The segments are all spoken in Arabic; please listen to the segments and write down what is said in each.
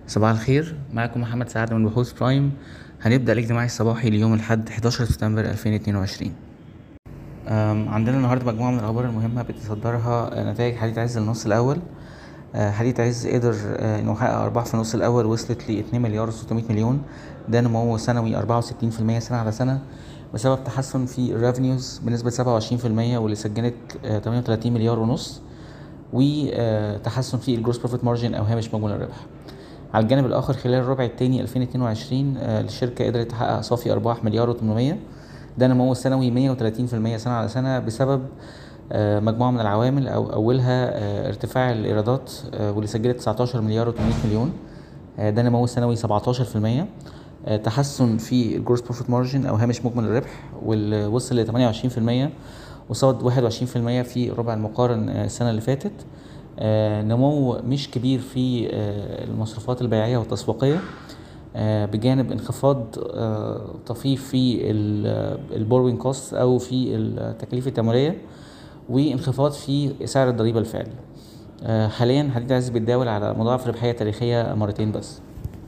صباح الخير، معكم محمد سعد من بحوث برايم. هنبدأ الاجتماع الصباحي ليوم الأحد 11 سبتمبر 2022. عندنا النهاردة مجموعة من الأخبار المهمة بتصدرها نتائج حديد عز النص الأول. حديد عز قدر إنه يحقق أرباح في النص الأول وصلت ل 2 مليار و600 مليون. ده نمو سنوي 64% سنة على سنة، بسبب تحسن في الريفنيوز بنسبة 27%، واللي سجلت 38 مليار ونص، وتحسن في الجروس بروفيت مارجن أو هامش مجمل الربح. على الجانب الآخر، خلال الربع الثاني 2022 الشركة قدرت تحقق صافي أرباح مليار و800. ده نمو سنوي 130% سنة على سنة، بسبب مجموعة من العوامل، أو أولها ارتفاع الإيرادات، واللي سجلت 19 مليار و800 مليون. ده نمو سنوي 17%. تحسن في الجروس بروفيت مارجن أو هامش مجمل الربح، واللي وصل ل 28%، وصعد 21% في الربع المقارن السنة اللي فاتت. نمو مش كبير في المصروفات البيعية والتسويقية، بجانب انخفاض طفيف في البوروينج كوست أو في التكاليف التمويلية، وانخفاض في سعر الضريبة الفعلي. حاليا حديد عز بيتداول على مضاعف ربحية تاريخية مرتين بس.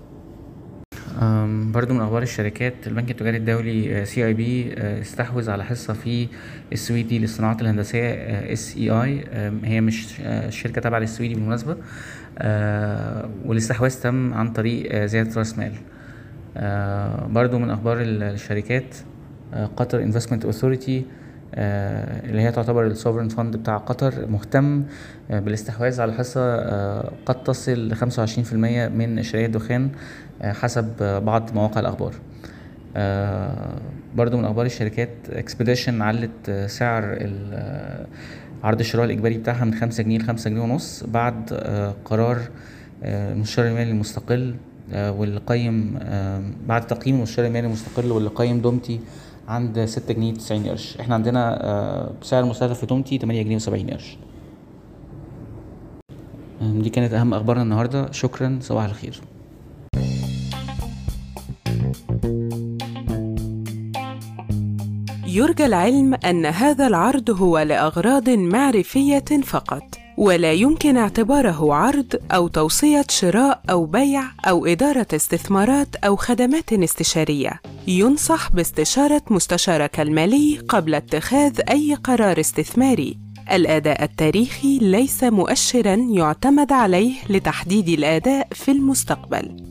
برضو من اخبار الشركات، البنك التجاري الدولي CIB استحوذ على حصة في السويدي للصناعات الهندسية SEI. هي مش شركة تابعة للسويدي بالمناسبة، والاستحواذ تم عن طريق زيادة راس مال. برضو من اخبار الشركات، قطر انفستمنت اوثوريتي، اللي هي تعتبر السوفرين فند بتاع قطر، مهتم بالاستحواذ على حصة قد تصل ل 25% من شركات الدخان، حسب بعض مواقع الأخبار. برضو من أخبار الشركات، اكسبيديشن علت سعر عرض الشراء الإجباري بتاعها من 5 جنيه ل 5 جنيه ونص، بعد قرار المستشار المالي المستقل، واللي قيم بعد تقييم المستشار المالي المستقل، واللي قيم دومتي عند 6 جنيه 90 قرش. احنا عندنا سعر مستهدف لدومتي 8 جنيه و70 قرش. دي كانت أهم أخبارنا النهاردة. شكرا، صباح الخير. يرجى العلم أن هذا العرض هو لأغراض معرفية فقط، ولا يمكن اعتباره عرض أو توصية شراء أو بيع أو إدارة استثمارات أو خدمات استشارية. ينصح باستشارة مستشارك المالي قبل اتخاذ أي قرار استثماري. الأداء التاريخي ليس مؤشراً يعتمد عليه لتحديد الأداء في المستقبل.